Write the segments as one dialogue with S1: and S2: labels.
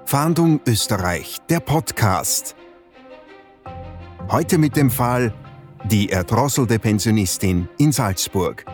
S1: Fahndung Österreich, der Podcast. Heute mit dem Fall Die erdrosselte Pensionistin in Salzburg.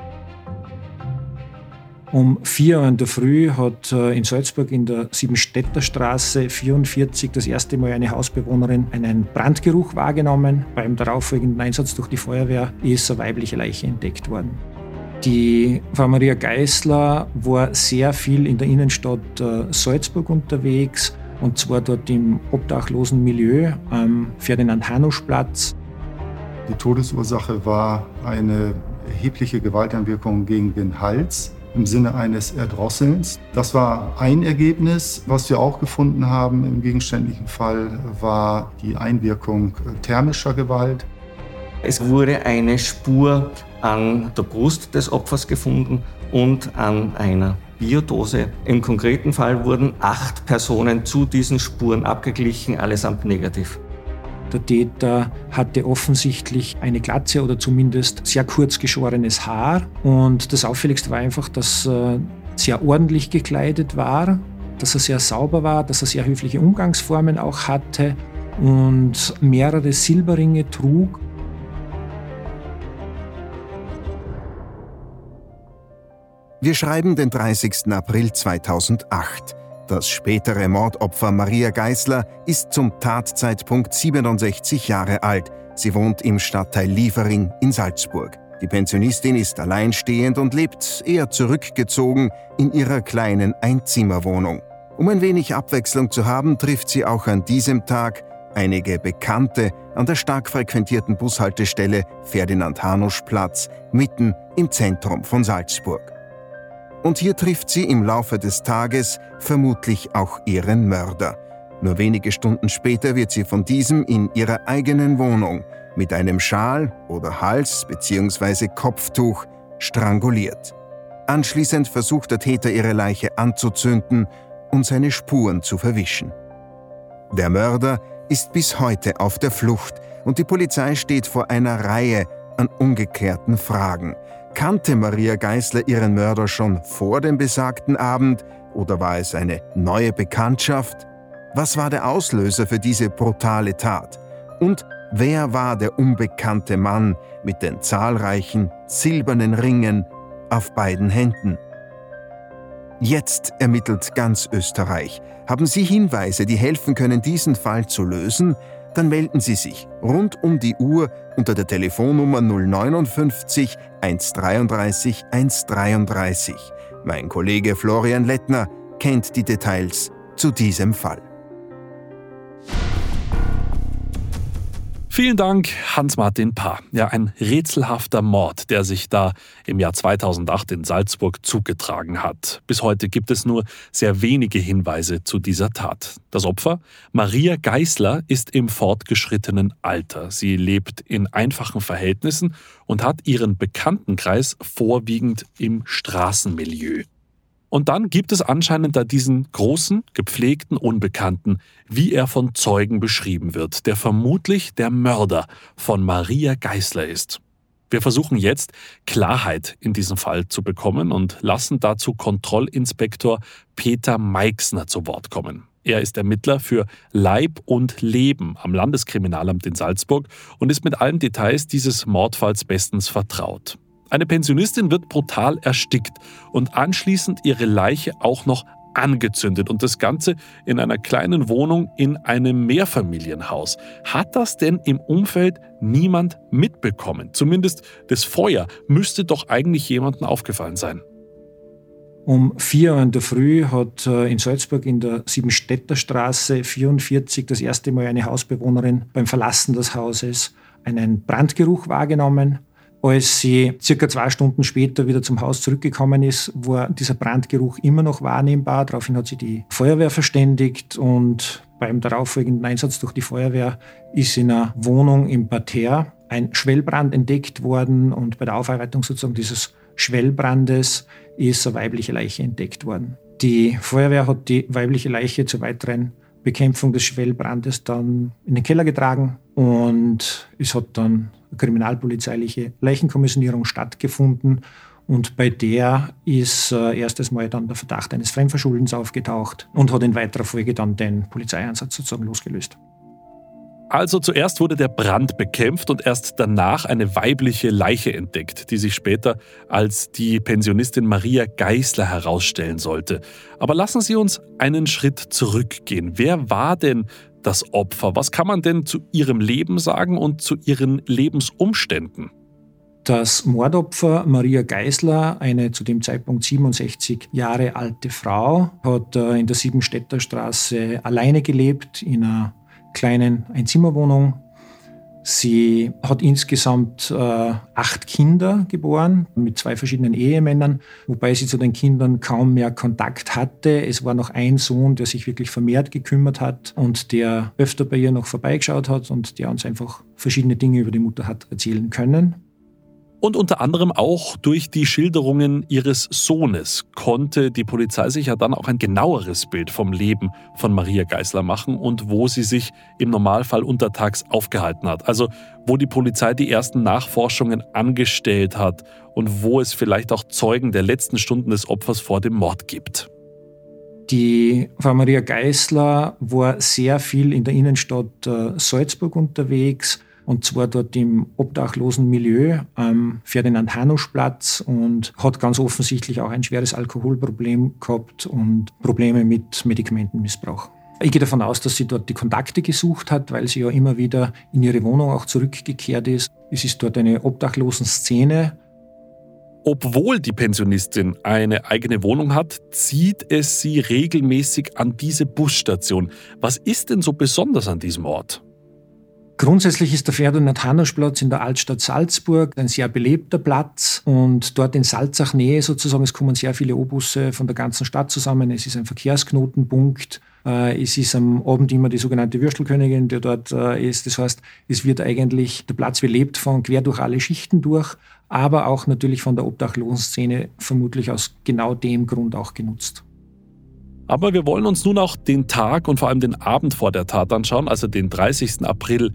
S2: Um 4 Uhr in der Früh hat in Salzburg in der Siebenstädterstraße 44 das erste Mal eine Hausbewohnerin einen Brandgeruch wahrgenommen. Beim darauffolgenden Einsatz durch die Feuerwehr ist eine weibliche Leiche entdeckt worden. Die Frau Maria Geißler war sehr viel in der Innenstadt Salzburg unterwegs, und zwar dort im obdachlosen Milieu am Ferdinand-Hanusch-Platz.
S3: Die Todesursache war eine erhebliche Gewalteinwirkung gegen den Hals im Sinne eines Erdrosselns. Das war ein Ergebnis. Was wir auch gefunden haben im gegenständlichen Fall, war die Einwirkung thermischer Gewalt.
S4: Es wurde eine Spur an der Brust des Opfers gefunden und an einer Bierdose. Im konkreten Fall wurden 8 Personen zu diesen Spuren abgeglichen, allesamt negativ.
S2: Der Täter hatte offensichtlich eine Glatze oder zumindest sehr kurz geschorenes Haar. Und das Auffälligste war einfach, dass er sehr ordentlich gekleidet war, dass er sehr sauber war, dass er sehr höfliche Umgangsformen auch hatte und mehrere Silberringe trug.
S1: Wir schreiben den 30. April 2008. Das spätere Mordopfer Maria Geißler ist zum Tatzeitpunkt 67 Jahre alt. Sie wohnt im Stadtteil Liefering in Salzburg. Die Pensionistin ist alleinstehend und lebt eher zurückgezogen in ihrer kleinen Einzimmerwohnung. Um ein wenig Abwechslung zu haben, trifft sie auch an diesem Tag einige Bekannte an der stark frequentierten Bushaltestelle Ferdinand-Hanusch-Platz mitten im Zentrum von Salzburg. Und hier trifft sie im Laufe des Tages vermutlich auch ihren Mörder. Nur wenige Stunden später wird sie von diesem in ihrer eigenen Wohnung mit einem Schal oder Hals- bzw. Kopftuch stranguliert. Anschließend versucht der Täter, ihre Leiche anzuzünden und seine Spuren zu verwischen. Der Mörder ist bis heute auf der Flucht und die Polizei steht vor einer Reihe an ungeklärten Fragen. Kannte Maria Geißler ihren Mörder schon vor dem besagten Abend oder war es eine neue Bekanntschaft? Was war der Auslöser für diese brutale Tat? Und wer war der unbekannte Mann mit den zahlreichen silbernen Ringen auf beiden Händen? Jetzt ermittelt ganz Österreich. Haben Sie Hinweise, die helfen können, diesen Fall zu lösen? Dann melden Sie sich rund um die Uhr unter der Telefonnummer 059 133 133. Mein Kollege Florian Lettner kennt die Details zu diesem Fall.
S5: Vielen Dank, Hans-Martin Paar. Ja, ein rätselhafter Mord, der sich da im Jahr 2008 in Salzburg zugetragen hat. Bis heute gibt es nur sehr wenige Hinweise zu dieser Tat. Das Opfer, Maria Geißler, ist im fortgeschrittenen Alter. Sie lebt in einfachen Verhältnissen und hat ihren Bekanntenkreis vorwiegend im Straßenmilieu. Und dann gibt es anscheinend da diesen großen, gepflegten Unbekannten, wie er von Zeugen beschrieben wird, der vermutlich der Mörder von Maria Geißler ist. Wir versuchen jetzt, Klarheit in diesem Fall zu bekommen und lassen dazu Kontrollinspektor Peter Meixner zu Wort kommen. Er ist Ermittler für Leib und Leben am Landeskriminalamt in Salzburg und ist mit allen Details dieses Mordfalls bestens vertraut. Eine Pensionistin wird brutal erstickt und anschließend ihre Leiche auch noch angezündet. Und das Ganze in einer kleinen Wohnung in einem Mehrfamilienhaus. Hat das denn im Umfeld niemand mitbekommen? Zumindest das Feuer müsste doch eigentlich jemandem aufgefallen sein.
S2: Um 4 Uhr in der Früh hat in Salzburg in der Siebenstädterstraße 44 das erste Mal eine Hausbewohnerin beim Verlassen des Hauses einen Brandgeruch wahrgenommen. Als sie circa 2 Stunden später wieder zum Haus zurückgekommen ist, war dieser Brandgeruch immer noch wahrnehmbar. Daraufhin hat sie die Feuerwehr verständigt und beim darauffolgenden Einsatz durch die Feuerwehr ist in einer Wohnung im Parterre ein Schwellbrand entdeckt worden und bei der Aufarbeitung sozusagen dieses Schwellbrandes ist eine weibliche Leiche entdeckt worden. Die Feuerwehr hat die weibliche Leiche zur weiteren Bekämpfung des Schwellbrandes dann in den Keller getragen und es hat dann eine kriminalpolizeiliche Leichenkommissionierung stattgefunden Und bei der ist erstes Mal dann der Verdacht eines Fremdverschuldens aufgetaucht und hat in weiterer Folge dann den Polizeieinsatz sozusagen losgelöst.
S5: Also zuerst wurde der Brand bekämpft und erst danach eine weibliche Leiche entdeckt, die sich später als die Pensionistin Maria Geisler herausstellen sollte. Aber lassen Sie uns einen Schritt zurückgehen. Wer war denn das Opfer? Was kann man denn zu ihrem Leben sagen und zu ihren Lebensumständen?
S2: Das Mordopfer Maria Geisler, eine zu dem Zeitpunkt 67 Jahre alte Frau, hat in der Siebenstädter Straße alleine gelebt, in einer kleinen Einzimmerwohnung. Sie hat insgesamt 8 Kinder geboren mit 2 verschiedenen Ehemännern, wobei sie zu den Kindern kaum mehr Kontakt hatte. Es war noch ein Sohn, der sich wirklich vermehrt gekümmert hat und der öfter bei ihr noch vorbeigeschaut hat und der uns einfach verschiedene Dinge über die Mutter hat erzählen können.
S5: Und unter anderem auch durch die Schilderungen ihres Sohnes konnte die Polizei sich ja dann auch ein genaueres Bild vom Leben von Maria Geisler machen und wo sie sich im Normalfall untertags aufgehalten hat. Also wo die Polizei die ersten Nachforschungen angestellt hat und wo es vielleicht auch Zeugen der letzten Stunden des Opfers vor dem Mord gibt.
S2: Die Frau Maria Geisler war sehr viel in der Innenstadt Salzburg unterwegs. Und zwar dort im obdachlosen Milieu am Ferdinand-Hanusch-Platz und hat ganz offensichtlich auch ein schweres Alkoholproblem gehabt und Probleme mit Medikamentenmissbrauch. Ich gehe davon aus, dass sie dort die Kontakte gesucht hat, weil sie ja immer wieder in ihre Wohnung auch zurückgekehrt ist. Es ist dort eine Obdachlosenszene.
S5: Obwohl die Pensionistin eine eigene Wohnung hat, zieht es sie regelmäßig an diese Busstation. Was ist denn so besonders an diesem Ort?
S2: Grundsätzlich ist der Ferdinand-Hanusch-Platz in der Altstadt Salzburg ein sehr belebter Platz und dort in Salzach-Nähe sozusagen, es kommen sehr viele O-Busse von der ganzen Stadt zusammen, es ist ein Verkehrsknotenpunkt, es ist am Abend immer die sogenannte Würstelkönigin, die dort ist, das heißt, es wird eigentlich der Platz belebt von quer durch alle Schichten durch, aber auch natürlich von der Obdachlosenszene vermutlich aus genau dem Grund auch genutzt.
S5: Aber wir wollen uns nun auch den Tag und vor allem den Abend vor der Tat anschauen, also den 30. April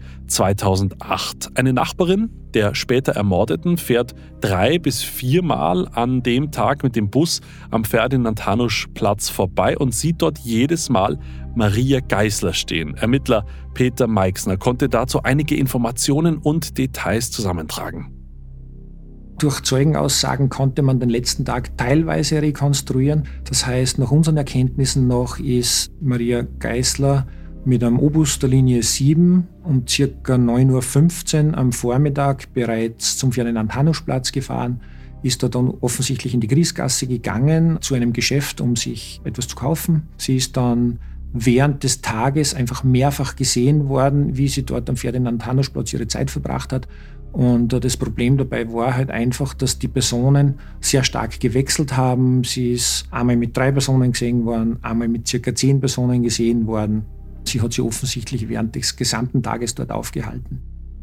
S5: 2008. Eine Nachbarin der später Ermordeten fährt 3 bis 4 Mal an dem Tag mit dem Bus am Ferdinand-Hanusch-Platz vorbei und sieht dort jedes Mal Maria Geisler stehen. Ermittler Peter Meixner konnte dazu einige Informationen und Details zusammentragen.
S2: Durch Zeugenaussagen konnte man den letzten Tag teilweise rekonstruieren. Das heißt, nach unseren Erkenntnissen noch ist Maria Geisler mit einem O-Bus der Linie 7 um ca. 9:15 Uhr am Vormittag bereits zum Ferdinand-Hanusch-Platz gefahren, ist da dann offensichtlich in die Griesgasse gegangen, zu einem Geschäft, um sich etwas zu kaufen. Sie ist dann während des Tages einfach mehrfach gesehen worden, wie sie dort am Ferdinand-Hanusch-Platz ihre Zeit verbracht hat. Und das Problem dabei war halt einfach, dass die Personen sehr stark gewechselt haben. Sie ist einmal mit 3 Personen gesehen worden, einmal mit ca. 10 Personen gesehen worden. Sie hat sich offensichtlich während des gesamten Tages dort aufgehalten.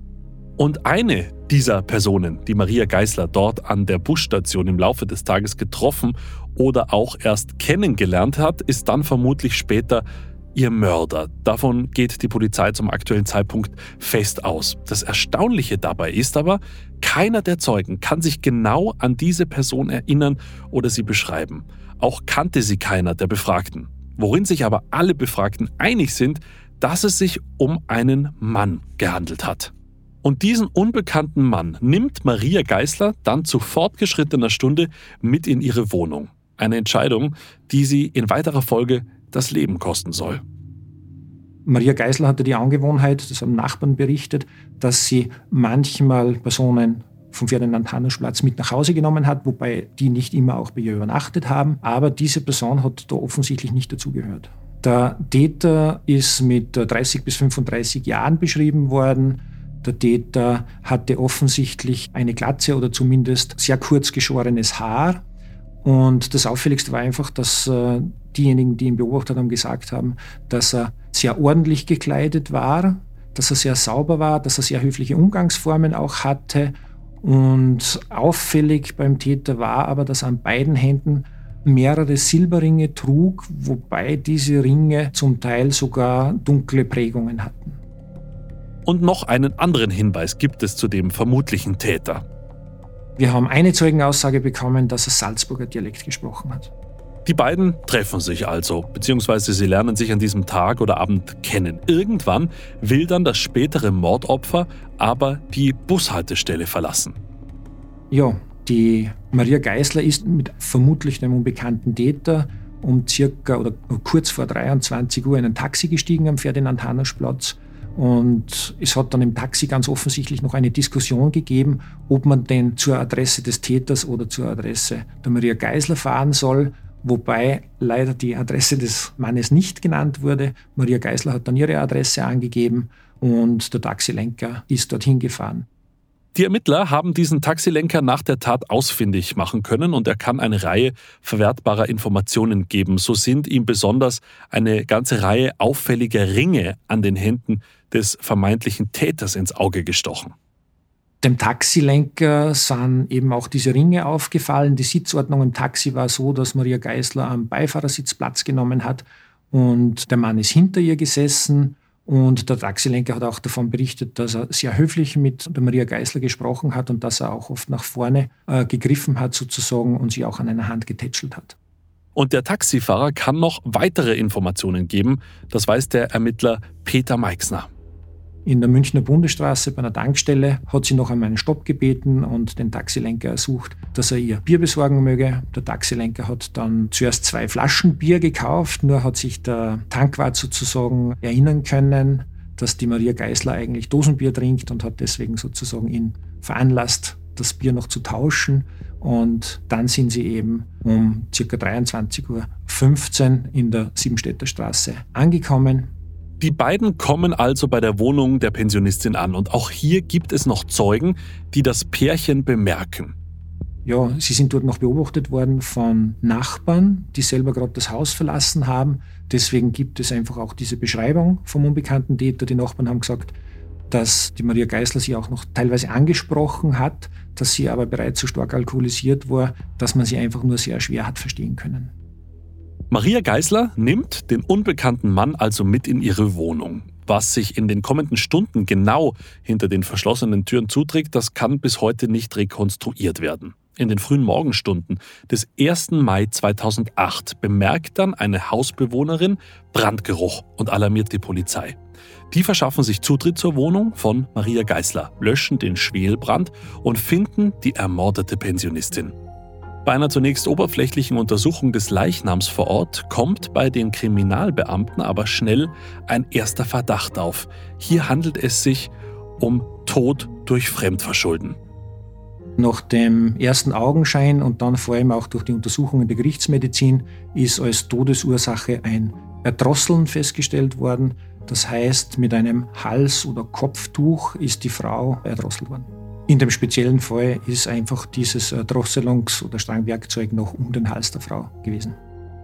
S5: Und eine dieser Personen, die Maria Geisler dort an der Busstation im Laufe des Tages getroffen oder auch erst kennengelernt hat, ist dann vermutlich später ihr Mörder. Davon geht die Polizei zum aktuellen Zeitpunkt fest aus. Das Erstaunliche dabei ist aber, keiner der Zeugen kann sich genau an diese Person erinnern oder sie beschreiben. Auch kannte sie keiner der Befragten. Worin sich aber alle Befragten einig sind, dass es sich um einen Mann gehandelt hat. Und diesen unbekannten Mann nimmt Maria Geisler dann zu fortgeschrittener Stunde mit in ihre Wohnung. Eine Entscheidung, die sie in weiterer Folge das Leben kosten soll.
S2: Maria Geisler hatte die Angewohnheit, das haben Nachbarn berichtet, dass sie manchmal Personen vom Ferdinand-Hanusch-Platz mit nach Hause genommen hat, wobei die nicht immer auch bei ihr übernachtet haben. Aber diese Person hat da offensichtlich nicht dazugehört. Der Täter ist mit 30 bis 35 Jahren beschrieben worden. Der Täter hatte offensichtlich eine Glatze oder zumindest sehr kurz geschorenes Haar. Und das Auffälligste war einfach, dass diejenigen, die ihn beobachtet haben, gesagt haben, dass er sehr ordentlich gekleidet war, dass er sehr sauber war, dass er sehr höfliche Umgangsformen auch hatte. Und auffällig beim Täter war aber, dass er an beiden Händen mehrere Silberringe trug, wobei diese Ringe zum Teil sogar dunkle Prägungen hatten.
S5: Und noch einen anderen Hinweis gibt es zu dem vermutlichen Täter.
S2: Wir haben eine Zeugenaussage bekommen, dass er Salzburger Dialekt gesprochen hat.
S5: Die beiden treffen sich also, beziehungsweise sie lernen sich an diesem Tag oder Abend kennen. Irgendwann will dann das spätere Mordopfer aber die Bushaltestelle verlassen.
S2: Ja, die Maria Geisler ist mit vermutlich einem unbekannten Täter um circa oder kurz vor 23 Uhr in ein Taxi gestiegen am Ferdinand-Hanusch-Platz. Und es hat dann im Taxi ganz offensichtlich noch eine Diskussion gegeben, ob man denn zur Adresse des Täters oder zur Adresse der Maria Geisler fahren soll. Wobei leider die Adresse des Mannes nicht genannt wurde. Maria Geisler hat dann ihre Adresse angegeben und der Taxilenker ist dorthin gefahren.
S5: Die Ermittler haben diesen Taxilenker nach der Tat ausfindig machen können und er kann eine Reihe verwertbarer Informationen geben. So sind ihm besonders eine ganze Reihe auffälliger Ringe an den Händen des vermeintlichen Täters ins Auge gestochen.
S2: Dem Taxilenker sind eben auch diese Ringe aufgefallen. Die Sitzordnung im Taxi war so, dass Maria Geisler am Beifahrersitz Platz genommen hat und der Mann ist hinter ihr gesessen. Und der Taxilenker hat auch davon berichtet, dass er sehr höflich mit der Maria Geisler gesprochen hat und dass er auch oft nach vorne gegriffen hat sozusagen und sie auch an einer Hand getätschelt hat.
S5: Und der Taxifahrer kann noch weitere Informationen geben. Das weiß der Ermittler Peter Meixner.
S2: In der Münchner Bundesstraße bei einer Tankstelle hat sie noch einmal einen Stopp gebeten und den Taxilenker ersucht, dass er ihr Bier besorgen möge. Der Taxilenker hat dann zuerst 2 Flaschen Bier gekauft, nur hat sich der Tankwart sozusagen erinnern können, dass die Maria Geisler eigentlich Dosenbier trinkt und hat deswegen sozusagen ihn veranlasst, das Bier noch zu tauschen. Und dann sind sie eben um ca. 23:15 Uhr in der Siebenstädter Straße angekommen.
S5: Die beiden kommen also bei der Wohnung der Pensionistin an und auch hier gibt es noch Zeugen, die das Pärchen bemerken.
S2: Ja, sie sind dort noch beobachtet worden von Nachbarn, die selber gerade das Haus verlassen haben. Deswegen gibt es einfach auch diese Beschreibung vom unbekannten Täter. Die Nachbarn haben gesagt, dass die Maria Geisler sie auch noch teilweise angesprochen hat, dass sie aber bereits so stark alkoholisiert war, dass man sie einfach nur sehr schwer hat verstehen können.
S5: Maria Geisler nimmt den unbekannten Mann also mit in ihre Wohnung. Was sich in den kommenden Stunden genau hinter den verschlossenen Türen zuträgt, das kann bis heute nicht rekonstruiert werden. In den frühen Morgenstunden des 1. Mai 2008 bemerkt dann eine Hausbewohnerin Brandgeruch und alarmiert die Polizei. Die verschaffen sich Zutritt zur Wohnung von Maria Geisler, löschen den Schwelbrand und finden die ermordete Pensionistin. Bei einer zunächst oberflächlichen Untersuchung des Leichnams vor Ort kommt bei den Kriminalbeamten aber schnell ein erster Verdacht auf. Hier handelt es sich um Tod durch Fremdverschulden.
S2: Nach dem ersten Augenschein und dann vor allem auch durch die Untersuchungen der Gerichtsmedizin ist als Todesursache ein Erdrosseln festgestellt worden. Das heißt, mit einem Hals- oder Kopftuch ist die Frau erdrosselt worden. In dem speziellen Fall ist einfach dieses Drosselungs- oder Strangwerkzeug noch um den Hals der Frau gewesen.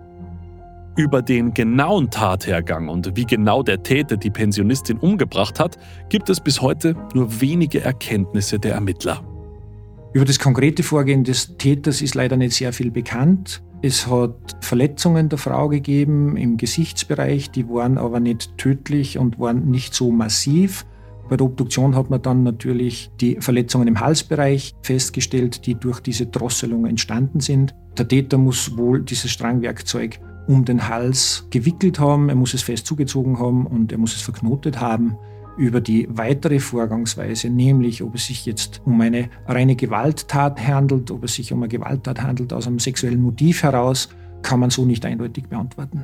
S5: Über den genauen Tathergang und wie genau der Täter die Pensionistin umgebracht hat, gibt es bis heute nur wenige Erkenntnisse der Ermittler.
S2: Über das konkrete Vorgehen des Täters ist leider nicht sehr viel bekannt. Es hat Verletzungen der Frau gegeben im Gesichtsbereich, die waren aber nicht tödlich und waren nicht so massiv. Bei der Obduktion hat man dann natürlich die Verletzungen im Halsbereich festgestellt, die durch diese Drosselung entstanden sind. Der Täter muss wohl dieses Strangwerkzeug um den Hals gewickelt haben, er muss es fest zugezogen haben und er muss es verknotet haben. Über die weitere Vorgangsweise, nämlich ob es sich jetzt um eine reine Gewalttat handelt, ob es sich um eine Gewalttat handelt aus einem sexuellen Motiv heraus, kann man so nicht eindeutig beantworten.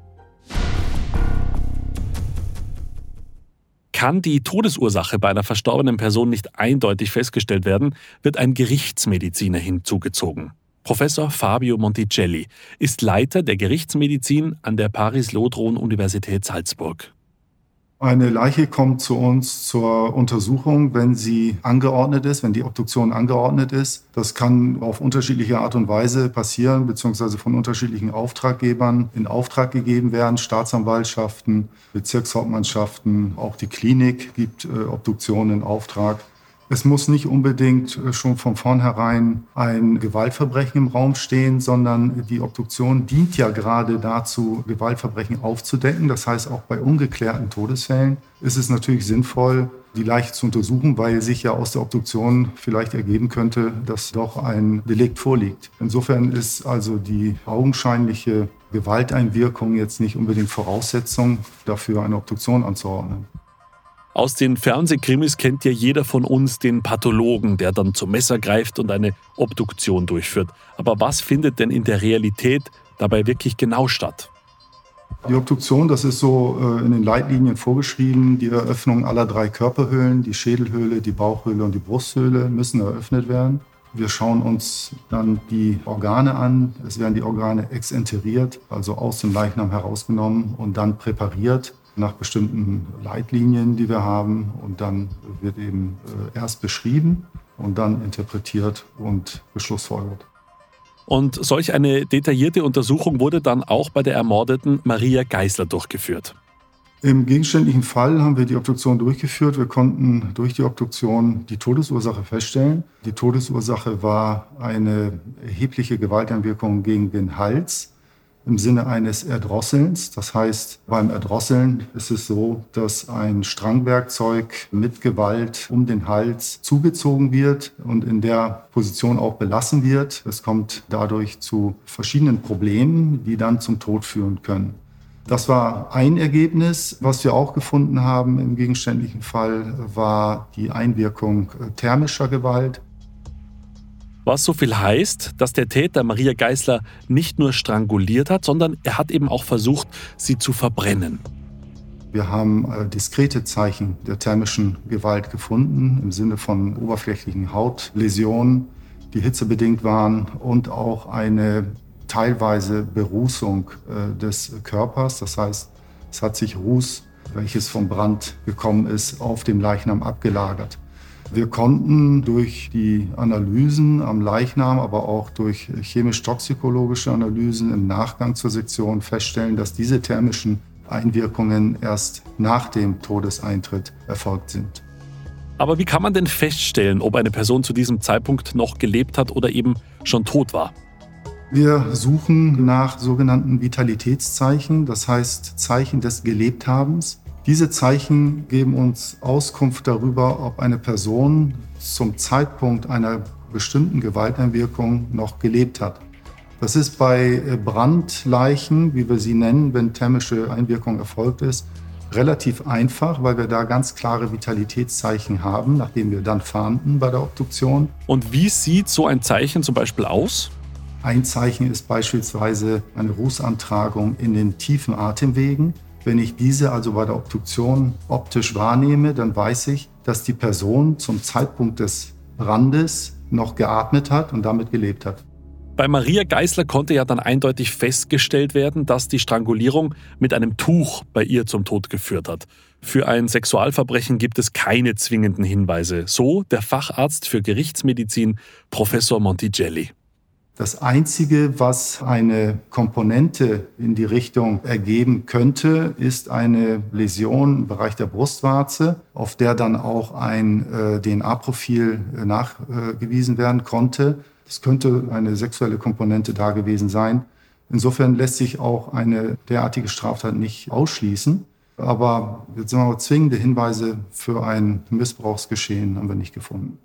S5: Kann die Todesursache bei einer verstorbenen Person nicht eindeutig festgestellt werden, wird ein Gerichtsmediziner hinzugezogen. Professor Fabio Monticelli ist Leiter der Gerichtsmedizin an der Paris-Lodron-Universität Salzburg.
S3: Eine Leiche kommt zu uns zur Untersuchung, wenn sie angeordnet ist, wenn die Obduktion angeordnet ist. Das kann auf unterschiedliche Art und Weise passieren, beziehungsweise von unterschiedlichen Auftraggebern in Auftrag gegeben werden. Staatsanwaltschaften, Bezirkshauptmannschaften, auch die Klinik gibt Obduktionen in Auftrag. Es muss nicht unbedingt schon von vornherein ein Gewaltverbrechen im Raum stehen, sondern die Obduktion dient ja gerade dazu, Gewaltverbrechen aufzudecken. Das heißt, auch bei ungeklärten Todesfällen ist es natürlich sinnvoll, die Leiche zu untersuchen, weil sich ja aus der Obduktion vielleicht ergeben könnte, dass doch ein Delikt vorliegt. Insofern ist also die augenscheinliche Gewalteinwirkung jetzt nicht unbedingt Voraussetzung dafür, eine Obduktion anzuordnen.
S5: Aus den Fernsehkrimis kennt ja jeder von uns den Pathologen, der dann zum Messer greift und eine Obduktion durchführt. Aber was findet denn in der Realität dabei wirklich genau statt?
S3: Die Obduktion, das ist so in den Leitlinien vorgeschrieben. Die Eröffnung aller 3 Körperhöhlen, die Schädelhöhle, die Bauchhöhle und die Brusthöhle, müssen eröffnet werden. Wir schauen uns dann die Organe an. Es werden die Organe exenteriert, also aus dem Leichnam herausgenommen und dann präpariert nach bestimmten Leitlinien, die wir haben. Und dann wird eben erst beschrieben und dann interpretiert und geschlussfolgert.
S5: Und solch eine detaillierte Untersuchung wurde dann auch bei der ermordeten Maria Geißler durchgeführt.
S3: Im gegenständlichen Fall haben wir die Obduktion durchgeführt. Wir konnten durch die Obduktion die Todesursache feststellen. Die Todesursache war eine erhebliche Gewalteinwirkung gegen den Hals im Sinne eines Erdrosselns. Das heißt, beim Erdrosseln ist es so, dass ein Strangwerkzeug mit Gewalt um den Hals zugezogen wird und in der Position auch belassen wird. Es kommt dadurch zu verschiedenen Problemen, die dann zum Tod führen können. Das war ein Ergebnis. Was wir auch gefunden haben im gegenständlichen Fall, war die Einwirkung thermischer Gewalt.
S5: Was so viel heißt, dass der Täter Maria Geißler nicht nur stranguliert hat, sondern er hat eben auch versucht, sie zu verbrennen.
S3: Wir haben diskrete Zeichen der thermischen Gewalt gefunden, im Sinne von oberflächlichen Hautläsionen, die hitzebedingt waren, und auch eine teilweise Berußung des Körpers. Das heißt, es hat sich Ruß, welches vom Brand gekommen ist, auf dem Leichnam abgelagert. Wir konnten durch die Analysen am Leichnam, aber auch durch chemisch-toxikologische Analysen im Nachgang zur Sektion feststellen, dass diese thermischen Einwirkungen erst nach dem Todeseintritt erfolgt sind.
S5: Aber wie kann man denn feststellen, ob eine Person zu diesem Zeitpunkt noch gelebt hat oder eben schon tot war?
S3: Wir suchen nach sogenannten Vitalitätszeichen, das heißt Zeichen des Gelebthabens. Diese Zeichen geben uns Auskunft darüber, ob eine Person zum Zeitpunkt einer bestimmten Gewalteinwirkung noch gelebt hat. Das ist bei Brandleichen, wie wir sie nennen, wenn thermische Einwirkung erfolgt ist, relativ einfach, weil wir da ganz klare Vitalitätszeichen haben, nachdem wir dann fahnden bei der Obduktion.
S5: Und wie sieht so ein Zeichen zum Beispiel aus?
S3: Ein Zeichen ist beispielsweise eine Rußantragung in den tiefen Atemwegen. Wenn ich diese also bei der Obduktion optisch wahrnehme, dann weiß ich, dass die Person zum Zeitpunkt des Brandes noch geatmet hat und damit gelebt hat.
S5: Bei Maria Geißler konnte ja dann eindeutig festgestellt werden, dass die Strangulierung mit einem Tuch bei ihr zum Tod geführt hat. Für ein Sexualverbrechen gibt es keine zwingenden Hinweise. So der Facharzt für Gerichtsmedizin, Professor Montigelli.
S3: Das Einzige, was eine Komponente in die Richtung ergeben könnte, ist eine Läsion im Bereich der Brustwarze, auf der dann auch ein DNA-Profil nachgewiesen werden konnte. Es könnte eine sexuelle Komponente da gewesen sein. Insofern lässt sich auch eine derartige Straftat nicht ausschließen. Aber jetzt sagen wir mal, zwingende Hinweise für ein Missbrauchsgeschehen haben wir nicht gefunden.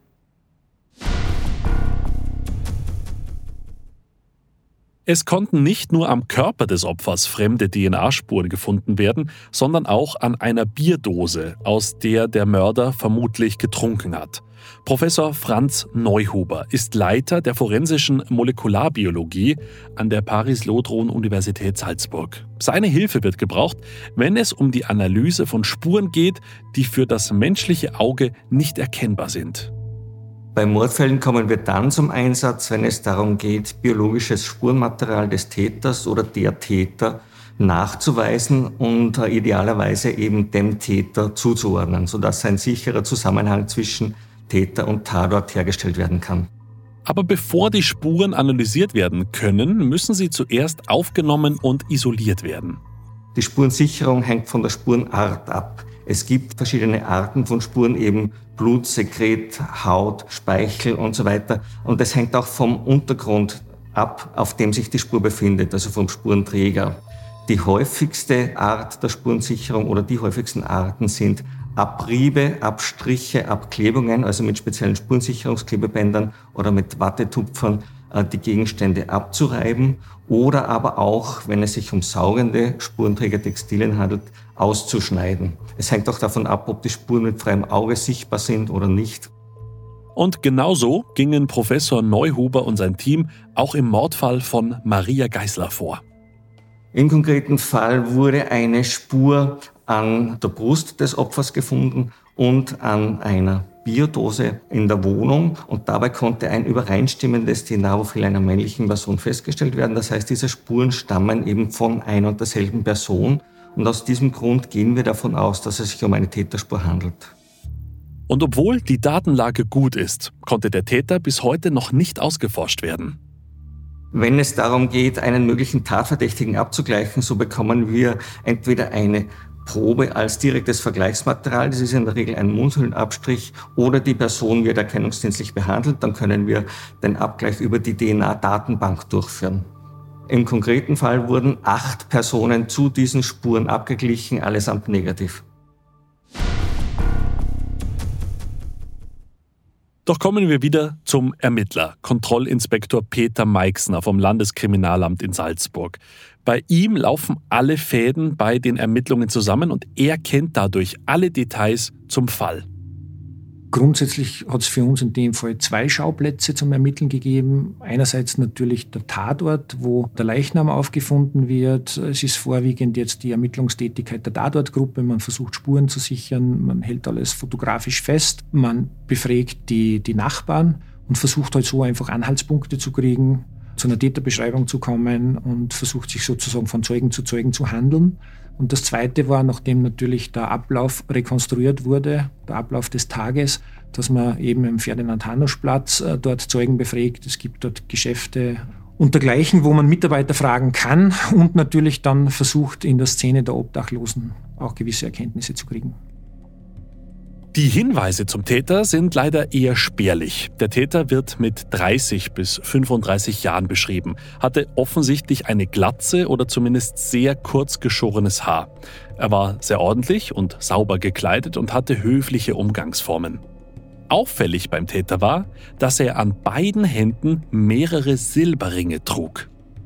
S5: Es konnten nicht nur am Körper des Opfers fremde DNA-Spuren gefunden werden, sondern auch an einer Bierdose, aus der der Mörder vermutlich getrunken hat. Professor Franz Neuhuber ist Leiter der forensischen Molekularbiologie an der Paris-Lodron-Universität Salzburg. Seine Hilfe wird gebraucht, wenn es um die Analyse von Spuren geht, die für das menschliche Auge nicht erkennbar sind.
S4: Bei Mordfällen kommen wir dann zum Einsatz, wenn es darum geht, biologisches Spurenmaterial des Täters oder der Täter nachzuweisen und idealerweise eben dem Täter zuzuordnen, sodass ein sicherer Zusammenhang zwischen Täter und Tatort hergestellt werden kann.
S5: Aber bevor die Spuren analysiert werden können, müssen sie zuerst aufgenommen und isoliert werden.
S4: Die Spurensicherung hängt von der Spurenart ab. Es gibt verschiedene Arten von Spuren, eben Blutsekret, Haut, Speichel und so weiter. Und das hängt auch vom Untergrund ab, auf dem sich die Spur befindet, also vom Spurenträger. Die häufigste Art der Spurensicherung oder die häufigsten Arten sind Abriebe, Abstriche, Abklebungen, also mit speziellen Spurensicherungsklebebändern oder mit Wattetupfern die Gegenstände abzureiben oder aber auch, wenn es sich um saugende Spurenträgertextilien handelt, auszuschneiden. Es hängt auch davon ab, ob die Spuren mit freiem Auge sichtbar sind oder nicht.
S5: Und genauso gingen Professor Neuhuber und sein Team auch im Mordfall von Maria Geißler vor.
S4: Im konkreten Fall wurde eine Spur an der Brust des Opfers gefunden und an einer Bierdose in der Wohnung. Und dabei konnte ein übereinstimmendes DNA-Profil einer männlichen Person festgestellt werden. Das heißt, diese Spuren stammen eben von einer und derselben Person. Und aus diesem Grund gehen wir davon aus, dass es sich um eine Täterspur handelt.
S5: Und obwohl die Datenlage gut ist, konnte der Täter bis heute noch nicht ausgeforscht werden.
S4: Wenn es darum geht, einen möglichen Tatverdächtigen abzugleichen, so bekommen wir entweder eine Probe als direktes Vergleichsmaterial, das ist in der Regel ein Mundhöhlenabstrich, oder die Person wird erkennungsdienstlich behandelt, dann können wir den Abgleich über die DNA-Datenbank durchführen. Im konkreten Fall wurden 8 Personen zu diesen Spuren abgeglichen, allesamt negativ.
S5: Doch kommen wir wieder zum Ermittler, Kontrollinspektor Peter Meixner vom Landeskriminalamt in Salzburg. Bei ihm laufen alle Fäden bei den Ermittlungen zusammen und er kennt dadurch alle Details zum Fall.
S2: Grundsätzlich hat es für uns in dem Fall 2 Schauplätze zum Ermitteln gegeben. Einerseits natürlich der Tatort, wo der Leichnam aufgefunden wird. Es ist vorwiegend jetzt die Ermittlungstätigkeit der Tatortgruppe. Man versucht Spuren zu sichern, man hält alles fotografisch fest, man befragt die Nachbarn und versucht halt so einfach Anhaltspunkte zu kriegen, zu einer Täterbeschreibung zu kommen und versucht sich sozusagen von Zeugen zu handeln. Und das Zweite war, nachdem natürlich der Ablauf rekonstruiert wurde, der Ablauf des Tages, dass man eben im Ferdinand-Hanusch-Platz dort Zeugen befragt. Es gibt dort Geschäfte und dergleichen, wo man Mitarbeiter fragen kann und natürlich dann versucht, in der Szene der Obdachlosen auch gewisse Erkenntnisse zu kriegen.
S5: Die Hinweise zum Täter sind leider eher spärlich. Der Täter wird mit 30 bis 35 Jahren beschrieben, hatte offensichtlich eine Glatze oder zumindest sehr kurz geschorenes Haar. Er war sehr ordentlich und sauber gekleidet und hatte höfliche Umgangsformen. Auffällig beim Täter war, dass er an beiden Händen mehrere Silberringe trug.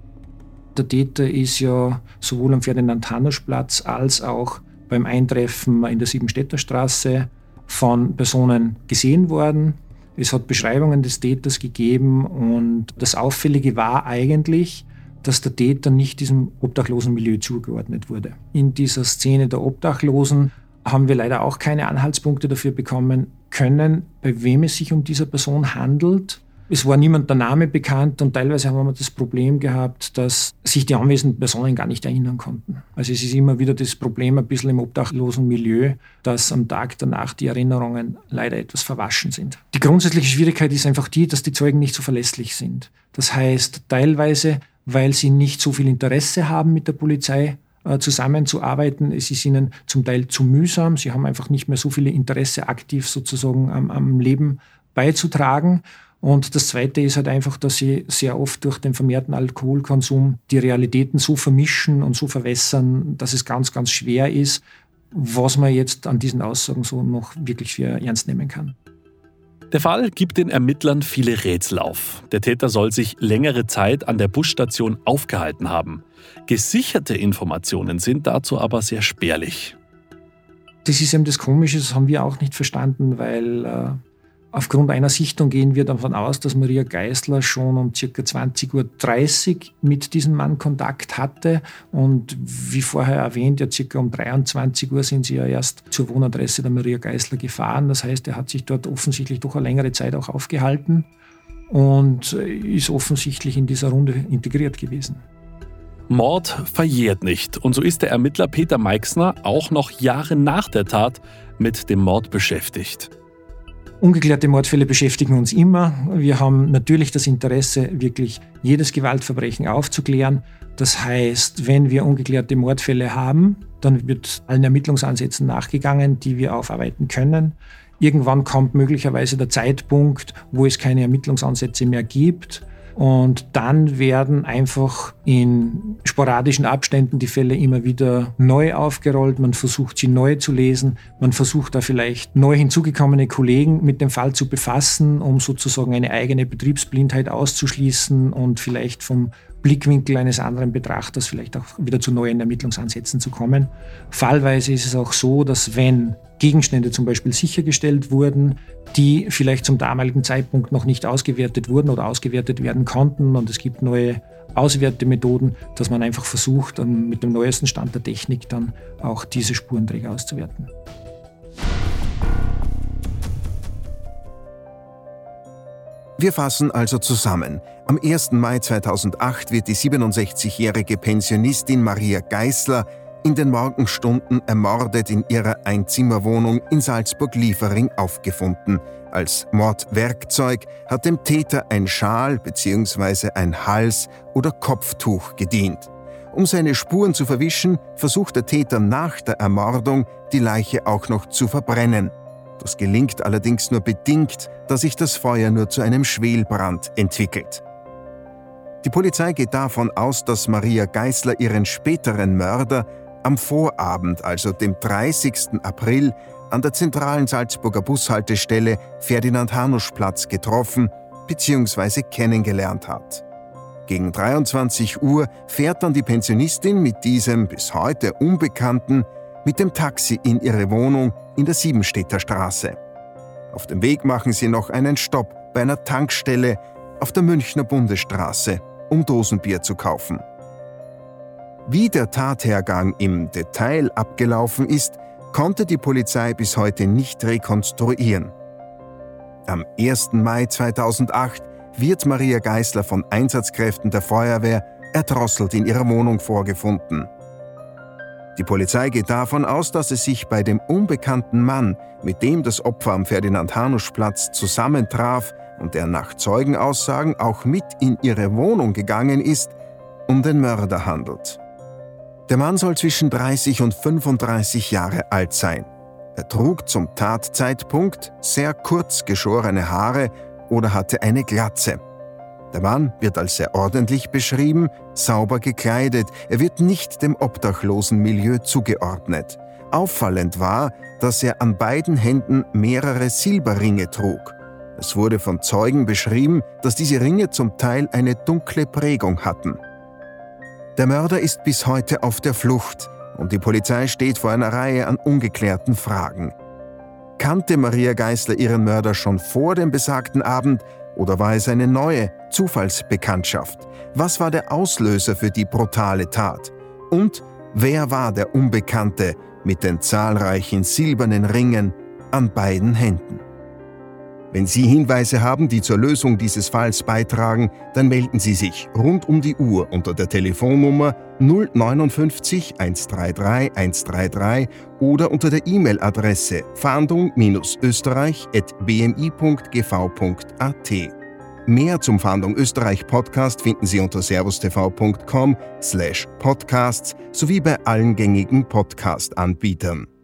S2: Der Täter ist ja sowohl am Ferdinand-Hanusch-Platz als auch beim Eintreffen in der Siebenstädter Straße von Personen gesehen worden. Es hat Beschreibungen des Täters gegeben und das Auffällige war eigentlich, dass der Täter nicht diesem obdachlosen Milieu zugeordnet wurde. In dieser Szene der Obdachlosen haben wir leider auch keine Anhaltspunkte dafür bekommen können, bei wem es sich um diese Person handelt. Es war niemand der Name bekannt und teilweise haben wir das Problem gehabt, dass sich die anwesenden Personen gar nicht erinnern konnten. Also es ist immer wieder das Problem ein bisschen im obdachlosen Milieu, dass am Tag danach die Erinnerungen leider etwas verwaschen sind. Die grundsätzliche Schwierigkeit ist einfach die, dass die Zeugen nicht so verlässlich sind. Das heißt, teilweise, weil sie nicht so viel Interesse haben, mit der Polizei zusammenzuarbeiten. Es ist ihnen zum Teil zu mühsam. Sie haben einfach nicht mehr so viel Interesse, aktiv sozusagen am Leben beizutragen. Und das Zweite ist halt einfach, dass sie sehr oft durch den vermehrten Alkoholkonsum die Realitäten so vermischen und so verwässern, dass es ganz, ganz schwer ist, was man jetzt an diesen Aussagen so noch wirklich für ernst nehmen kann.
S5: Der Fall gibt den Ermittlern viele Rätsel auf. Der Täter soll sich längere Zeit an der Busstation aufgehalten haben. Gesicherte Informationen sind dazu aber sehr spärlich.
S2: Das ist eben das Komische, das haben wir auch nicht verstanden, weil aufgrund einer Sichtung gehen wir davon aus, dass Maria Geißler schon um ca. 20:30 Uhr mit diesem Mann Kontakt hatte. Und wie vorher erwähnt, ja ca. um 23 Uhr sind sie ja erst zur Wohnadresse der Maria Geißler gefahren. Das heißt, er hat sich dort offensichtlich doch eine längere Zeit auch aufgehalten und ist offensichtlich in dieser Runde integriert gewesen.
S5: Mord verjährt nicht. Und so ist der Ermittler Peter Meixner auch noch Jahre nach der Tat mit dem Mord beschäftigt.
S2: Ungeklärte Mordfälle beschäftigen uns immer. Wir haben natürlich das Interesse, wirklich jedes Gewaltverbrechen aufzuklären. Das heißt, wenn wir ungeklärte Mordfälle haben, dann wird allen Ermittlungsansätzen nachgegangen, die wir aufarbeiten können. Irgendwann kommt möglicherweise der Zeitpunkt, wo es keine Ermittlungsansätze mehr gibt. Und dann werden einfach in sporadischen Abständen die Fälle immer wieder neu aufgerollt. Man versucht, sie neu zu lesen. Man versucht da vielleicht neu hinzugekommene Kollegen mit dem Fall zu befassen, um sozusagen eine eigene Betriebsblindheit auszuschließen und vielleicht vom Blickwinkel eines anderen Betrachters vielleicht auch wieder zu neuen Ermittlungsansätzen zu kommen. Fallweise ist es auch so, dass wenn Gegenstände zum Beispiel sichergestellt wurden, die vielleicht zum damaligen Zeitpunkt noch nicht ausgewertet wurden oder ausgewertet werden konnten und es gibt neue Auswertemethoden, dass man einfach versucht, mit dem neuesten Stand der Technik dann auch diese Spurenträger auszuwerten.
S1: Wir fassen also zusammen. Am 1. Mai 2008 wird die 67-jährige Pensionistin Maria Geißler in den Morgenstunden ermordet in ihrer Einzimmerwohnung in Salzburg-Liefering aufgefunden. Als Mordwerkzeug hat dem Täter ein Schal bzw. ein Hals- oder Kopftuch gedient. Um seine Spuren zu verwischen, versucht der Täter nach der Ermordung, die Leiche auch noch zu verbrennen. Das gelingt allerdings nur bedingt, da sich das Feuer nur zu einem Schwelbrand entwickelt. Die Polizei geht davon aus, dass Maria Geißler ihren späteren Mörder am Vorabend, also dem 30. April, an der zentralen Salzburger Bushaltestelle Ferdinand-Hanusch-Platz getroffen bzw. kennengelernt hat. Gegen 23 Uhr fährt dann die Pensionistin mit diesem bis heute Unbekannten mit dem Taxi in ihre Wohnung in der Siebenstädter Straße. Auf dem Weg machen sie noch einen Stopp bei einer Tankstelle auf der Münchner Bundesstraße, um Dosenbier zu kaufen. Wie der Tathergang im Detail abgelaufen ist, konnte die Polizei bis heute nicht rekonstruieren. Am 1. Mai 2008 wird Maria Geißler von Einsatzkräften der Feuerwehr erdrosselt in ihrer Wohnung vorgefunden. Die Polizei geht davon aus, dass es sich bei dem unbekannten Mann, mit dem das Opfer am Ferdinand-Hanusch-Platz zusammentraf und der nach Zeugenaussagen auch mit in ihre Wohnung gegangen ist, um den Mörder handelt. Der Mann soll zwischen 30 und 35 Jahre alt sein. Er trug zum Tatzeitpunkt sehr kurz geschorene Haare oder hatte eine Glatze. Der Mann wird als sehr ordentlich beschrieben, sauber gekleidet. Er wird nicht dem obdachlosen Milieu zugeordnet. Auffallend war, dass er an beiden Händen mehrere Silberringe trug. Es wurde von Zeugen beschrieben, dass diese Ringe zum Teil eine dunkle Prägung hatten. Der Mörder ist bis heute auf der Flucht und die Polizei steht vor einer Reihe an ungeklärten Fragen. Kannte Maria Geißler ihren Mörder schon vor dem besagten Abend oder war es eine neue Zufallsbekanntschaft? Was war der Auslöser für die brutale Tat? Und wer war der Unbekannte mit den zahlreichen silbernen Ringen an beiden Händen? Wenn Sie Hinweise haben, die zur Lösung dieses Falls beitragen, dann melden Sie sich rund um die Uhr unter der Telefonnummer 059 133 133 oder unter der E-Mail-Adresse fahndung-österreich@bmi.gv.at. Mehr zum Fahndung Österreich Podcast finden Sie unter servustv.com/podcasts sowie bei allen gängigen Podcast-Anbietern.